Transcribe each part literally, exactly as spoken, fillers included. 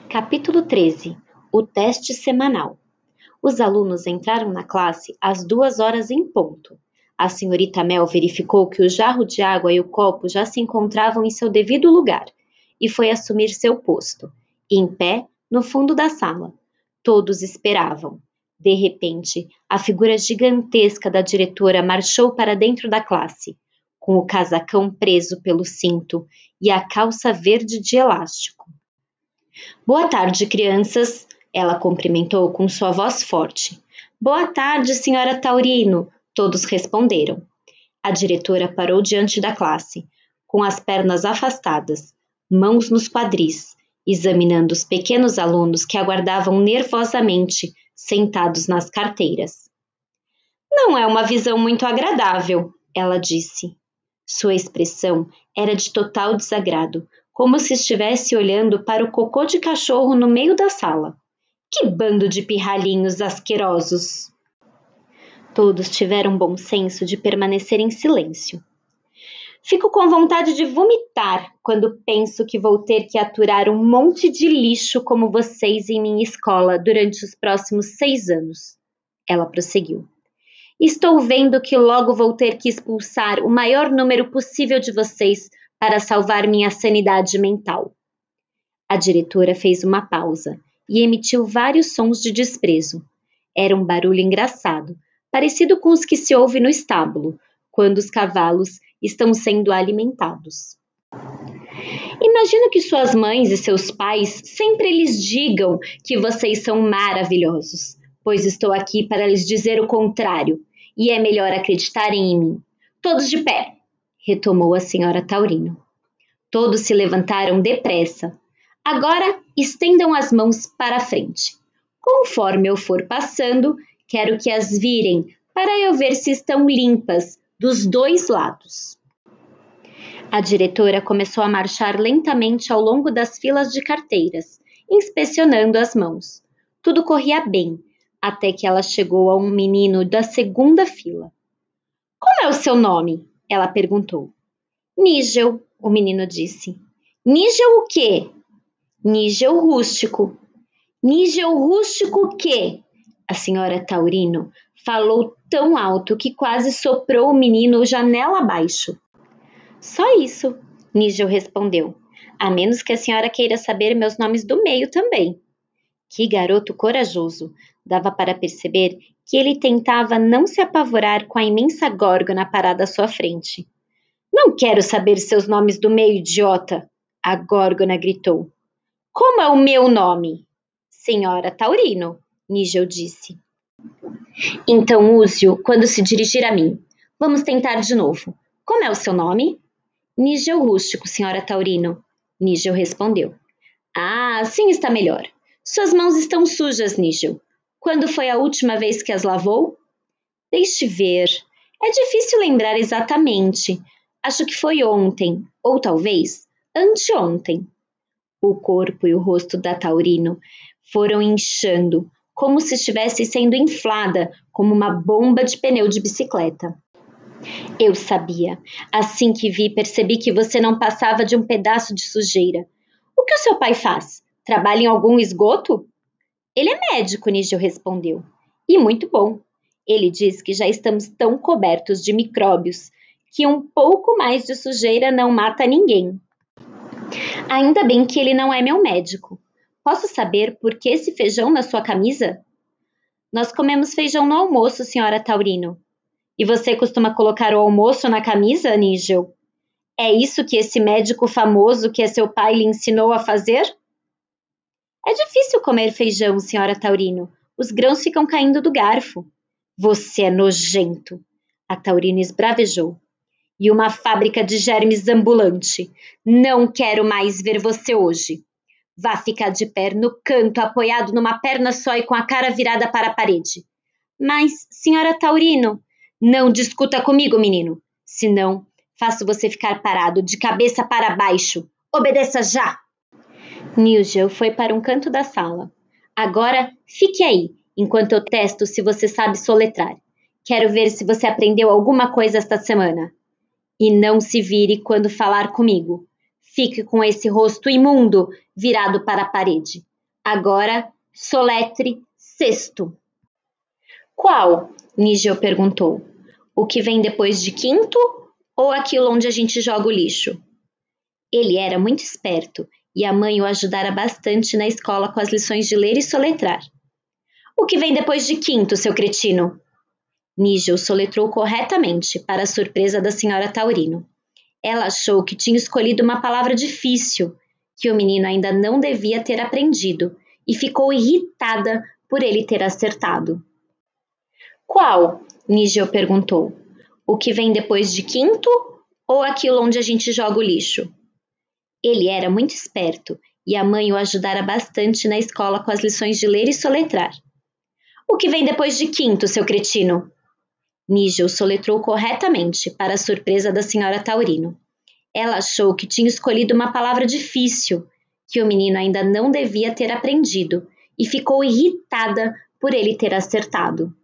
Capítulo treze. O teste semanal. Os alunos entraram na classe às duas horas em ponto. A senhorita Mel verificou que o jarro de água e o copo já se encontravam em seu devido lugar e foi assumir seu posto, em pé, no fundo da sala. Todos esperavam. De repente, a figura gigantesca da diretora marchou para dentro da classe, com o casacão preso pelo cinto e a calça verde de elástico. Boa tarde, crianças, ela cumprimentou com sua voz forte. Boa tarde, senhora Taurino, todos responderam. A diretora parou diante da classe, com as pernas afastadas, mãos nos quadris, examinando os pequenos alunos que aguardavam nervosamente, sentados nas carteiras. Não é uma visão muito agradável, ela disse. Sua expressão era de total desagrado, como se estivesse olhando para o cocô de cachorro no meio da sala. Que bando de pirralhinhos asquerosos! Todos tiveram bom senso de permanecer em silêncio. Fico com vontade de vomitar quando penso que vou ter que aturar um monte de lixo como vocês em minha escola durante os próximos seis anos. Ela prosseguiu. Estou vendo que logo vou ter que expulsar o maior número possível de vocês para salvar minha sanidade mental. A diretora fez uma pausa e emitiu vários sons de desprezo. Era um barulho engraçado, parecido com os que se ouve no estábulo, quando os cavalos estão sendo alimentados. Imagino que suas mães e seus pais sempre lhes digam que vocês são maravilhosos, pois estou aqui para lhes dizer o contrário, e é melhor acreditarem em mim. Todos de pé! Retomou a senhora Taurino. Todos se levantaram depressa. Agora estendam as mãos para a frente. Conforme eu for passando, quero que as virem para eu ver se estão limpas dos dois lados. A diretora começou a marchar lentamente ao longo das filas de carteiras, inspecionando as mãos. Tudo corria bem, até que ela chegou a um menino da segunda fila. Como é o seu nome? Ela perguntou. Nígel, o menino disse. Nígel o quê? Nígel rústico. Nígel rústico o quê? A senhora Taurino falou tão alto que quase soprou o menino janela abaixo. Só isso, Nígel respondeu. A menos que a senhora queira saber meus nomes do meio também. Que garoto corajoso! Dava para perceber que ele tentava não se apavorar com a imensa górgona parada à sua frente. Não quero saber seus nomes do meio, idiota! A górgona gritou. Como é o meu nome? Senhora Taurino, Nígel disse. Então use-o quando se dirigir a mim. Vamos tentar de novo. Como é o seu nome? Nígel rústico, senhora Taurino, Nígel respondeu. Ah, assim está melhor. Suas mãos estão sujas, Nígel. Quando foi a última vez que as lavou? Deixe ver. É difícil lembrar exatamente. Acho que foi ontem, ou talvez anteontem. O corpo e o rosto da Taurino foram inchando, como se estivesse sendo inflada como uma bomba de pneu de bicicleta. Eu sabia. Assim que vi, percebi que você não passava de um pedaço de sujeira. O que o seu pai faz? Trabalha em algum esgoto? Ele é médico, Nígel respondeu. E muito bom. Ele diz que já estamos tão cobertos de micróbios que um pouco mais de sujeira não mata ninguém. Ainda bem que ele não é meu médico. Posso saber por que esse feijão na sua camisa? Nós comemos feijão no almoço, senhora Taurino. E você costuma colocar o almoço na camisa, Nígel? É isso que esse médico famoso que é seu pai lhe ensinou a fazer? É difícil comer feijão, senhora Taurino. Os grãos ficam caindo do garfo. Você é nojento. A Taurino esbravejou. E uma fábrica de germes ambulante. Não quero mais ver você hoje. Vá ficar de pé no canto, apoiado numa perna só e com a cara virada para a parede. Mas, senhora Taurino, não discuta comigo, menino. Senão, faço você ficar parado de cabeça para baixo. Obedeça já! Nígel foi para um canto da sala. Agora, fique aí, enquanto eu testo se você sabe soletrar. Quero ver se você aprendeu alguma coisa esta semana. E não se vire quando falar comigo. Fique com esse rosto imundo virado para a parede. Agora, soletre sexto. Qual? Nigel perguntou. O que vem depois de quinto ou aquilo onde a gente joga o lixo? Ele era muito esperto e a mãe o ajudara bastante na escola com as lições de ler e soletrar. O que vem depois de quinto, seu cretino? Nigel soletrou corretamente, para a surpresa da senhora Taurino. Ela achou que tinha escolhido uma palavra difícil, que o menino ainda não devia ter aprendido, e ficou irritada por ele ter acertado. Qual? Nigel perguntou. O que vem depois de quinto ou aquilo onde a gente joga o lixo? Ele era muito esperto e a mãe o ajudara bastante na escola com as lições de ler e soletrar. O que vem depois de quinto, seu cretino? Nigel soletrou corretamente, para a surpresa da senhora Taurino. Ela achou que tinha escolhido uma palavra difícil, que o menino ainda não devia ter aprendido, e ficou irritada por ele ter acertado.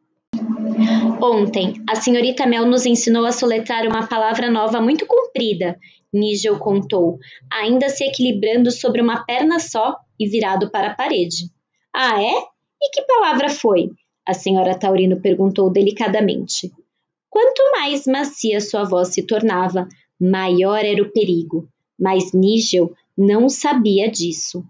Ontem, a senhorita Mel nos ensinou a soletrar uma palavra nova muito comprida, Nigel contou, ainda se equilibrando sobre uma perna só e virado para a parede. Ah, é? E que palavra foi? A senhora Taurino perguntou delicadamente. Quanto mais macia sua voz se tornava, maior era o perigo, mas Nigel não sabia disso.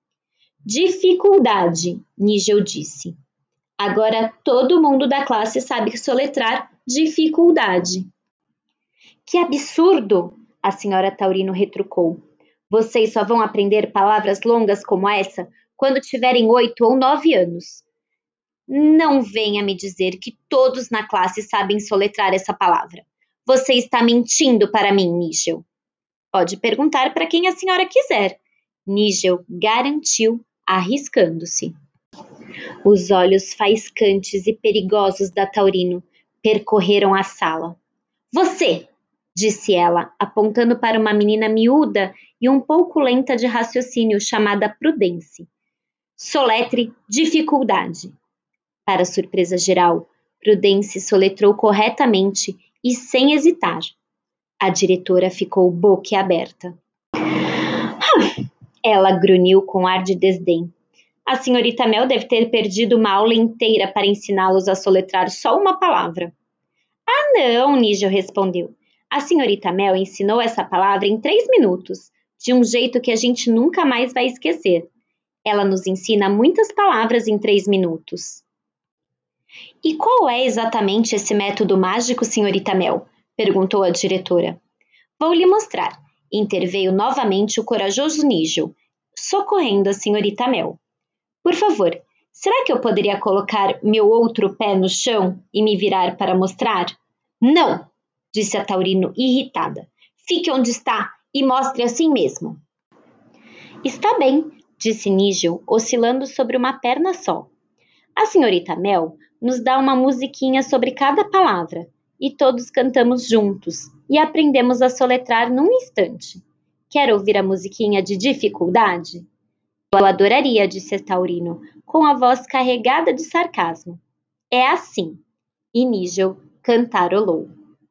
Dificuldade, Nigel disse. Agora todo mundo da classe sabe soletrar dificuldade. Que absurdo! A senhora Taurino retrucou. Vocês só vão aprender palavras longas como essa quando tiverem oito ou nove anos. Não venha me dizer que todos na classe sabem soletrar essa palavra. Você está mentindo para mim, Nigel. Pode perguntar para quem a senhora quiser. Nigel garantiu, arriscando-se. Os olhos faiscantes e perigosos da Taurino percorreram a sala. Você! Disse ela, apontando para uma menina miúda e um pouco lenta de raciocínio chamada Prudence. Soletre dificuldade. Para surpresa geral, Prudence soletrou corretamente e sem hesitar. A diretora ficou boquiaberta. Hum, ela grunhiu com ar de desdém. A senhorita Mel deve ter perdido uma aula inteira para ensiná-los a soletrar só uma palavra. Ah, não, Nigel respondeu. A senhorita Mel ensinou essa palavra em três minutos, de um jeito que a gente nunca mais vai esquecer. Ela nos ensina muitas palavras em três minutos. E qual é exatamente esse método mágico, senhorita Mel? Perguntou a diretora. Vou lhe mostrar. Interveio novamente o corajoso Nigel, socorrendo a senhorita Mel. Por favor, será que eu poderia colocar meu outro pé no chão e me virar para mostrar? Não! Disse a Taurino irritada. Fique onde está e mostre assim mesmo. Está bem, disse Nigel, oscilando sobre uma perna só. A senhorita Mel nos dá uma musiquinha sobre cada palavra e todos cantamos juntos e aprendemos a soletrar num instante. Quer ouvir a musiquinha de dificuldade? Eu adoraria, disse Taurino, com a voz carregada de sarcasmo. É assim. E Nigel cantarolou.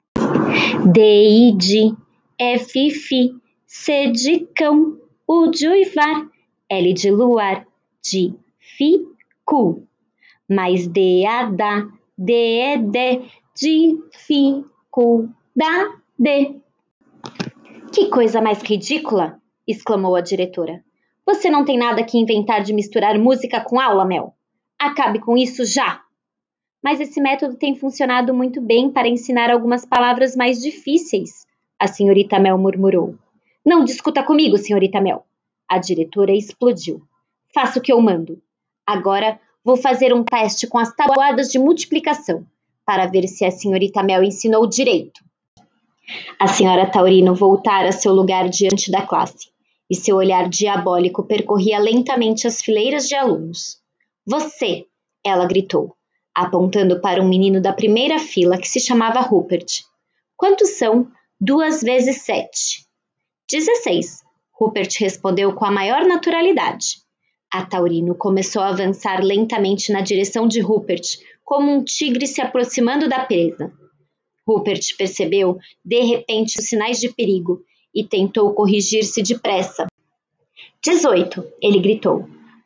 D, id, F, fi, C de cão, U de uivar, L de luar, de, fi, cu. Mais D, a, da, D, e, dé, de, fi, cu, da, de. Que coisa mais ridícula! Exclamou a diretora. Você não tem nada que inventar de misturar música com aula, Mel. Acabe com isso já! Mas esse método tem funcionado muito bem para ensinar algumas palavras mais difíceis, a senhorita Mel murmurou. Não discuta comigo, senhorita Mel. A diretora explodiu. Faça o que eu mando. Agora vou fazer um teste com as tabuadas de multiplicação, para ver se a senhorita Mel ensinou direito. A senhora Taurino voltara a seu lugar diante da classe, e seu olhar diabólico percorria lentamente as fileiras de alunos. Você, ela gritou, apontando para um menino da primeira fila que se chamava Rupert. Quantos são duas vezes sete? Dezesseis, Rupert respondeu com a maior naturalidade. A Taurino começou a avançar lentamente na direção de Rupert, como um tigre se aproximando da presa. Rupert percebeu, de repente, os sinais de perigo e tentou corrigir-se depressa. Dezoito, ele gritou.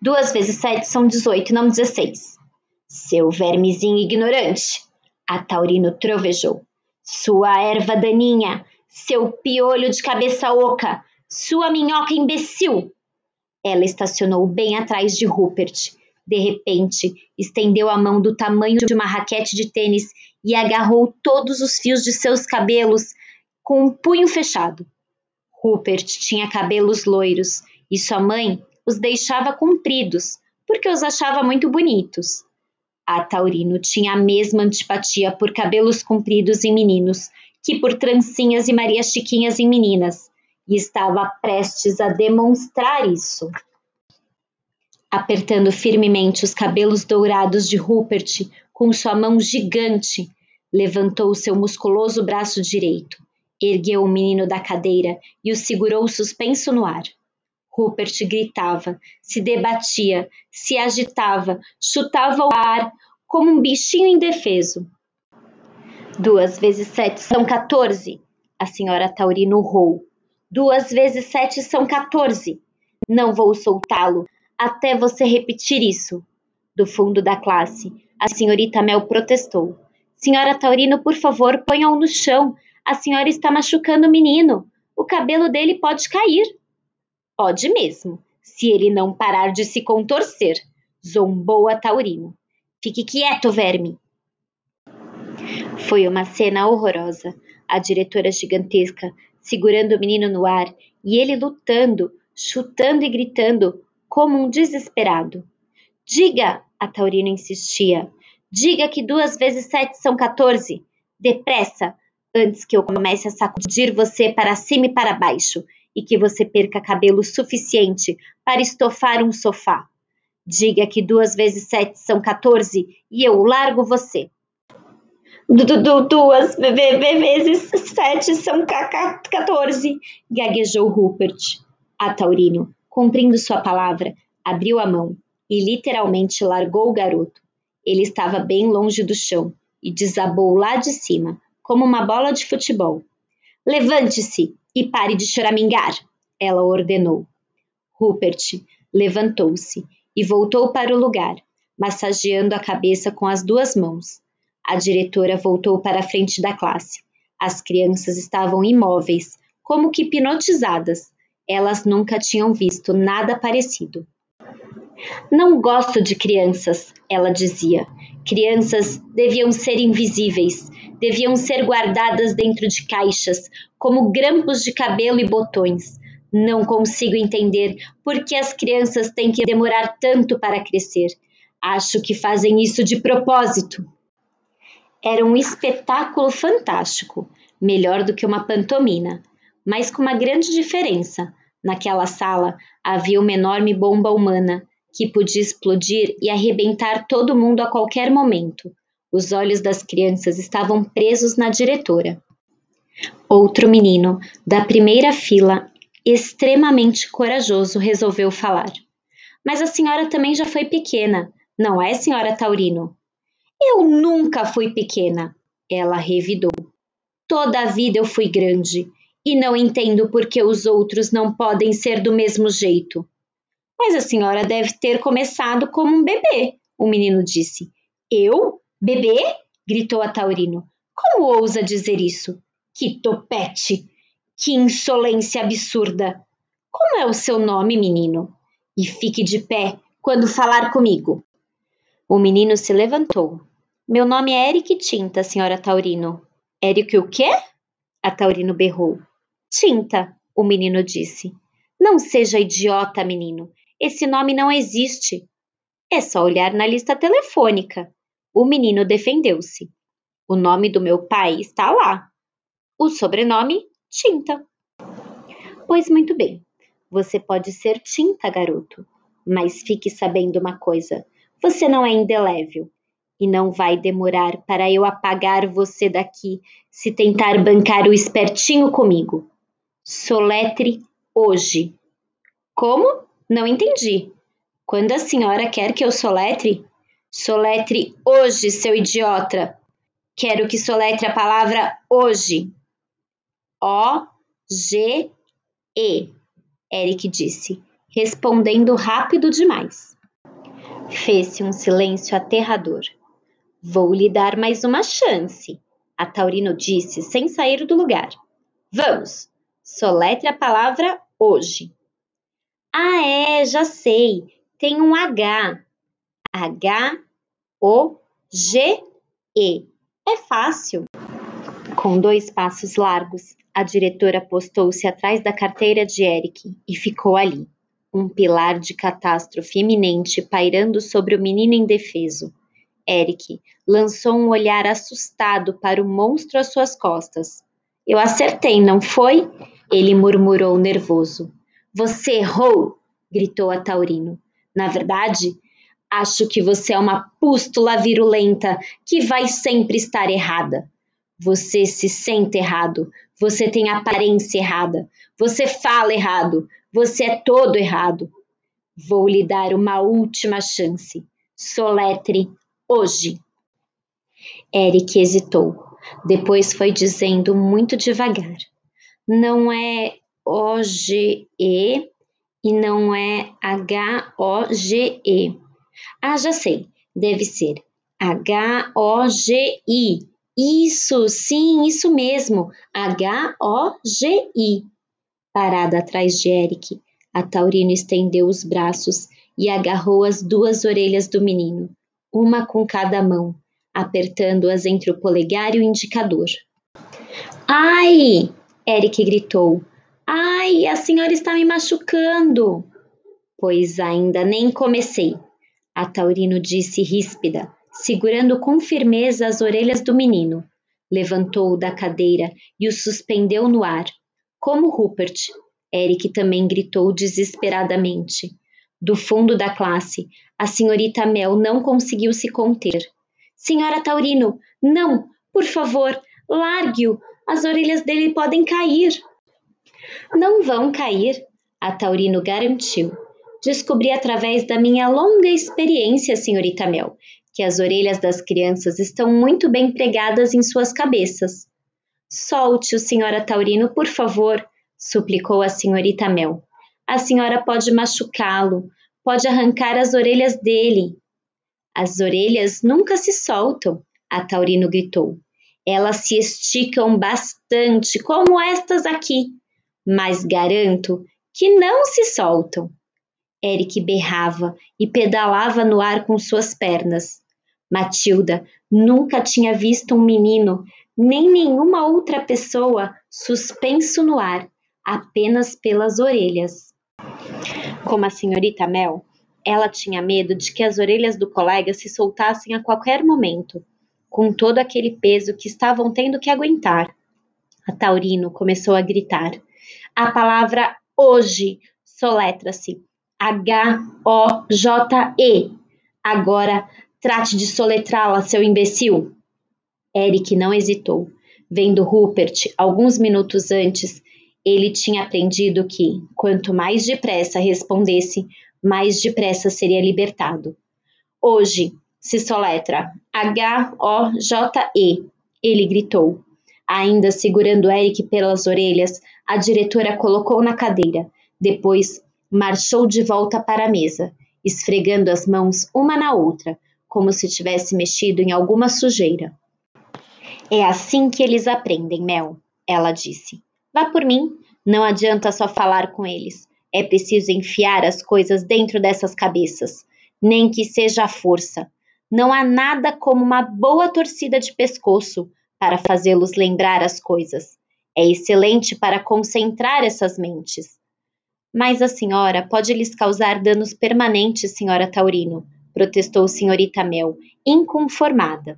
Duas vezes sete são dezoito, não dezesseis. Seu vermezinho ignorante, a Taurino trovejou. Sua erva daninha, seu piolho de cabeça oca, sua minhoca imbecil. Ela estacionou bem atrás de Rupert. De repente, estendeu a mão do tamanho de uma raquete de tênis e agarrou todos os fios de seus cabelos com um punho fechado. Rupert tinha cabelos loiros e sua mãe os deixava compridos porque os achava muito bonitos. A Taurino tinha a mesma antipatia por cabelos compridos em meninos que por trancinhas e Maria Chiquinhas em meninas, e estava prestes a demonstrar isso. Apertando firmemente os cabelos dourados de Rupert com sua mão gigante, levantou seu musculoso braço direito, ergueu o menino da cadeira e o segurou suspenso no ar. Rupert gritava, se debatia, se agitava, chutava o ar como um bichinho indefeso. Duas vezes sete são quatorze, a senhora Taurino urrou. Duas vezes sete são quatorze. Não vou soltá-lo até você repetir isso. Do fundo da classe, a senhorita Mel protestou. Senhora Taurino, por favor, ponha-o no chão. A senhora está machucando o menino. O cabelo dele pode cair. Pode mesmo, se ele não parar de se contorcer, zombou a Taurino. Fique quieto, verme. Foi uma cena horrorosa. A diretora gigantesca segurando o menino no ar e ele lutando, chutando e gritando como um desesperado. Diga, a Taurino insistia, diga que duas vezes sete são quatorze. Depressa, antes que eu comece a sacudir você para cima e para baixo e que você perca cabelo suficiente para estofar um sofá. Diga que duas vezes sete são quatorze e eu largo você. Duas vezes sete são quatorze, gaguejou Rupert. A Taurino, cumprindo sua palavra, abriu a mão e literalmente largou o garoto. Ele estava bem longe do chão e desabou lá de cima, como uma bola de futebol. Levante-se e pare de choramingar, ela ordenou. Rupert levantou-se e voltou para o lugar, massageando a cabeça com as duas mãos. A diretora voltou para a frente da classe. As crianças estavam imóveis, como que hipnotizadas. Elas nunca tinham visto nada parecido. Não gosto de crianças, ela dizia. Crianças deviam ser invisíveis, deviam ser guardadas dentro de caixas, como grampos de cabelo e botões. Não consigo entender por que as crianças têm que demorar tanto para crescer. Acho que fazem isso de propósito. Era um espetáculo fantástico, melhor do que uma pantomima, mas com uma grande diferença. Naquela sala havia uma enorme bomba humana que podia explodir e arrebentar todo mundo a qualquer momento. Os olhos das crianças estavam presos na diretora. Outro menino, da primeira fila, extremamente corajoso, resolveu falar. Mas a senhora também já foi pequena, não é, senhora Taurino? Eu nunca fui pequena, ela revidou. Toda a vida eu fui grande e não entendo por que os outros não podem ser do mesmo jeito. Mas a senhora deve ter começado como um bebê, o menino disse. Eu? Bebê? Gritou a Taurino. Como ousa dizer isso? Que topete! Que insolência absurda! Como é o seu nome, menino? E fique de pé quando falar comigo. O menino se levantou. Meu nome é Eric Tinta, senhora Taurino. Eric o quê? A Taurino berrou. Tinta, o menino disse. Não seja idiota, menino. Esse nome não existe. É só olhar na lista telefônica. O menino defendeu-se. O nome do meu pai está lá. O sobrenome, Tinta. Pois muito bem. Você pode ser Tinta, garoto. Mas fique sabendo uma coisa. Você não é indelével. E não vai demorar para eu apagar você daqui se tentar bancar o espertinho comigo. Soletre hoje. Como? Não entendi. Quando a senhora quer que eu soletre? Soletre hoje, seu idiota. Quero que soletre a palavra hoje. O G E, Eric disse, respondendo rápido demais. Fez-se um silêncio aterrador. Vou lhe dar mais uma chance, a Taurino disse sem sair do lugar. Vamos, soletre a palavra hoje. Ah, é, já sei, tem um H. H O G E. É fácil. Com dois passos largos, a diretora postou-se atrás da carteira de Eric e ficou ali, um pilar de catástrofe iminente pairando sobre o menino indefeso. Eric lançou um olhar assustado para o monstro às suas costas. Eu acertei, não foi? Ele murmurou nervoso. Você errou! Gritou a Taurino. Na verdade, acho que você é uma pústula virulenta que vai sempre estar errada. Você se sente errado, você tem aparência errada, você fala errado, você é todo errado. Vou lhe dar uma última chance. Soletre hoje. Eric hesitou. Depois foi dizendo muito devagar. Não é O G E e não é H O G E. Ah, já sei. Deve ser H O G I. Isso, sim, isso mesmo. H O G I. Parada atrás de Eric, a Taurino estendeu os braços e agarrou as duas orelhas do menino, uma com cada mão, apertando-as entre o polegar e o indicador. Ai! Eric gritou. Ai, a senhora está me machucando! Pois ainda nem comecei, a Taurino disse ríspida, segurando com firmeza as orelhas do menino. Levantou-o da cadeira e o suspendeu no ar, como Rupert. Eric também gritou desesperadamente. Do fundo da classe, a senhorita Mel não conseguiu se conter. Senhora Taurino, não, por favor, largue-o, as orelhas dele podem cair. Não vão cair, a Taurino garantiu. Descobri através da minha longa experiência, senhorita Mel, que as orelhas das crianças estão muito bem pregadas em suas cabeças. Solte-o, senhora Taurino, por favor, suplicou a senhorita Mel. A senhora pode machucá-lo, pode arrancar as orelhas dele. As orelhas nunca se soltam, a Taurino gritou. Elas se esticam bastante, como estas aqui, mas garanto que não se soltam. Eric berrava e pedalava no ar com suas pernas. Matilda nunca tinha visto um menino, nem nenhuma outra pessoa, suspenso no ar, apenas pelas orelhas. Como a senhorita Mel, ela tinha medo de que as orelhas do colega se soltassem a qualquer momento, com todo aquele peso que estavam tendo que aguentar. A Taurino começou a gritar. A palavra hoje soletra-se H O J E. Agora trate de soletrá-la, seu imbecil. Eric não hesitou. Vendo Rupert alguns minutos antes, ele tinha aprendido que, quanto mais depressa respondesse, mais depressa seria libertado. Hoje se soletra H O J E, ele gritou. Ainda segurando Eric pelas orelhas, a diretora colocou na cadeira. Depois, marchou de volta para a mesa, esfregando as mãos uma na outra, como se tivesse mexido em alguma sujeira. É assim que eles aprendem, Mel, ela disse. Vá por mim, não adianta só falar com eles. É preciso enfiar as coisas dentro dessas cabeças, nem que seja à força. Não há nada como uma boa torcida de pescoço para fazê-los lembrar as coisas. É excelente para concentrar essas mentes. Mas a senhora pode lhes causar danos permanentes, senhora Taurino, protestou senhorita Mel, inconformada.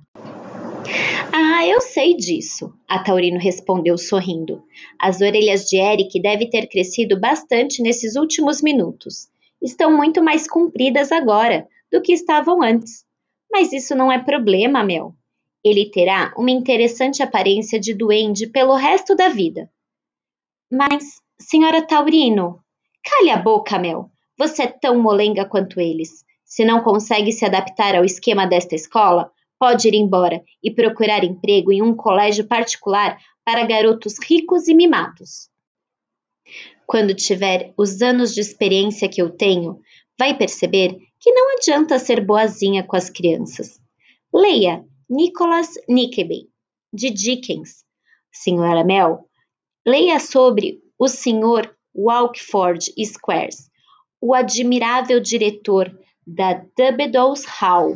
Ah, eu sei disso, a Taurino respondeu sorrindo. As orelhas de Eric devem ter crescido bastante nesses últimos minutos. Estão muito mais compridas agora do que estavam antes. Mas isso não é problema, Mel. Ele terá uma interessante aparência de duende pelo resto da vida. Mas, senhora Taurino, cale a boca, Mel. Você é tão molenga quanto eles. Se não consegue se adaptar ao esquema desta escola, pode ir embora e procurar emprego em um colégio particular para garotos ricos e mimados. Quando tiver os anos de experiência que eu tenho, vai perceber que não adianta ser boazinha com as crianças. Leia Nicholas Nickleby, de Dickens. Senhora Mel, leia sobre o senhor Walkford Squares, o admirável diretor da Doubledos Hall.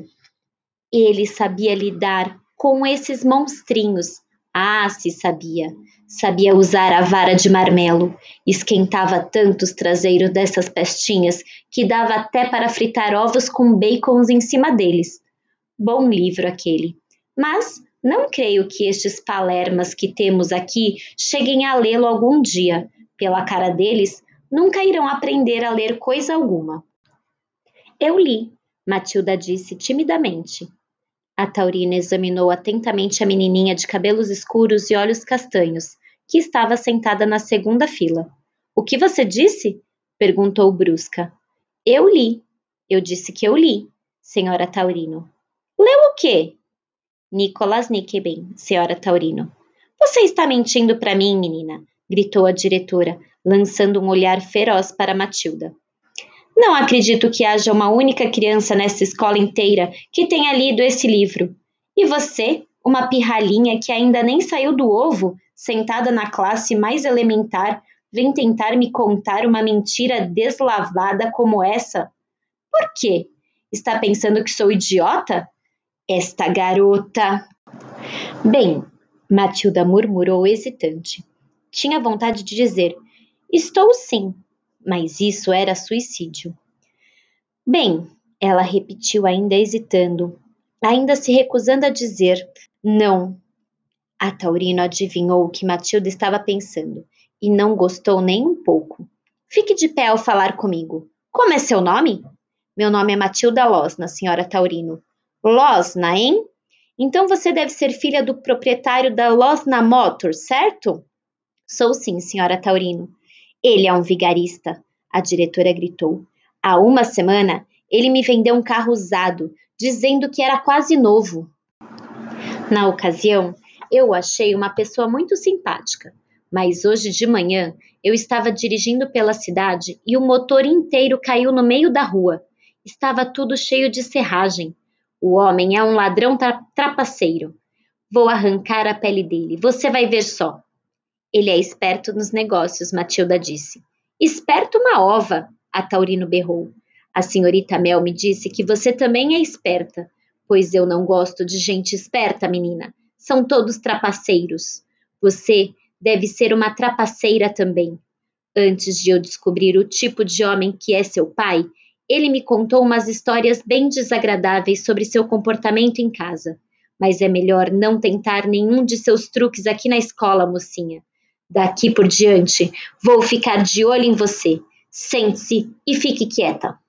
Ele sabia lidar com esses monstrinhos. Ah, se sabia. Sabia usar a vara de marmelo. Esquentava tanto os traseiros dessas pestinhas que dava até para fritar ovos com bacons em cima deles. Bom livro aquele. Mas não creio que estes palermas que temos aqui cheguem a lê-lo algum dia. Pela cara deles, nunca irão aprender a ler coisa alguma. Eu li, Matilda disse timidamente. A Taurina examinou atentamente a menininha de cabelos escuros e olhos castanhos, que estava sentada na segunda fila. O que você disse? Perguntou brusca. Eu li. Eu disse que eu li, senhora Taurino. Leu o quê? Nicholas Nickleby, senhora Taurino. Você está mentindo para mim, menina, gritou a diretora, lançando um olhar feroz para Matilda. Não acredito que haja uma única criança nessa escola inteira que tenha lido esse livro. E você, uma pirralhinha que ainda nem saiu do ovo, sentada na classe mais elementar, vem tentar me contar uma mentira deslavada como essa? Por quê? Está pensando que sou idiota? Esta garota... Bem, Matilda murmurou hesitante. Tinha vontade de dizer, estou sim, mas isso era suicídio. Bem, ela repetiu ainda hesitando, ainda se recusando a dizer não. A Taurino adivinhou o que Matilda estava pensando e não gostou nem um pouco. Fique de pé ao falar comigo. Como é seu nome? Meu nome é Matilda Losna, senhora Taurino. Losna, hein? Então você deve ser filha do proprietário da Losna Motors, certo? Sou sim, senhora Taurino. Ele é um vigarista, a diretora gritou. Há uma semana, ele me vendeu um carro usado, dizendo que era quase novo. Na ocasião, eu o achei uma pessoa muito simpática, mas hoje de manhã eu estava dirigindo pela cidade e o motor inteiro caiu no meio da rua. Estava tudo cheio de serragem. O homem é um ladrão tra- trapaceiro. Vou arrancar a pele dele, você vai ver só. Ele é esperto nos negócios, Matilda disse. Esperto uma ova, a Taurino berrou. A senhorita Mel me disse que você também é esperta. Pois eu não gosto de gente esperta, menina. São todos trapaceiros. Você deve ser uma trapaceira também. Antes de eu descobrir o tipo de homem que é seu pai, ele me contou umas histórias bem desagradáveis sobre seu comportamento em casa. Mas é melhor não tentar nenhum de seus truques aqui na escola, mocinha. Daqui por diante, vou ficar de olho em você. Sente-se e fique quieta.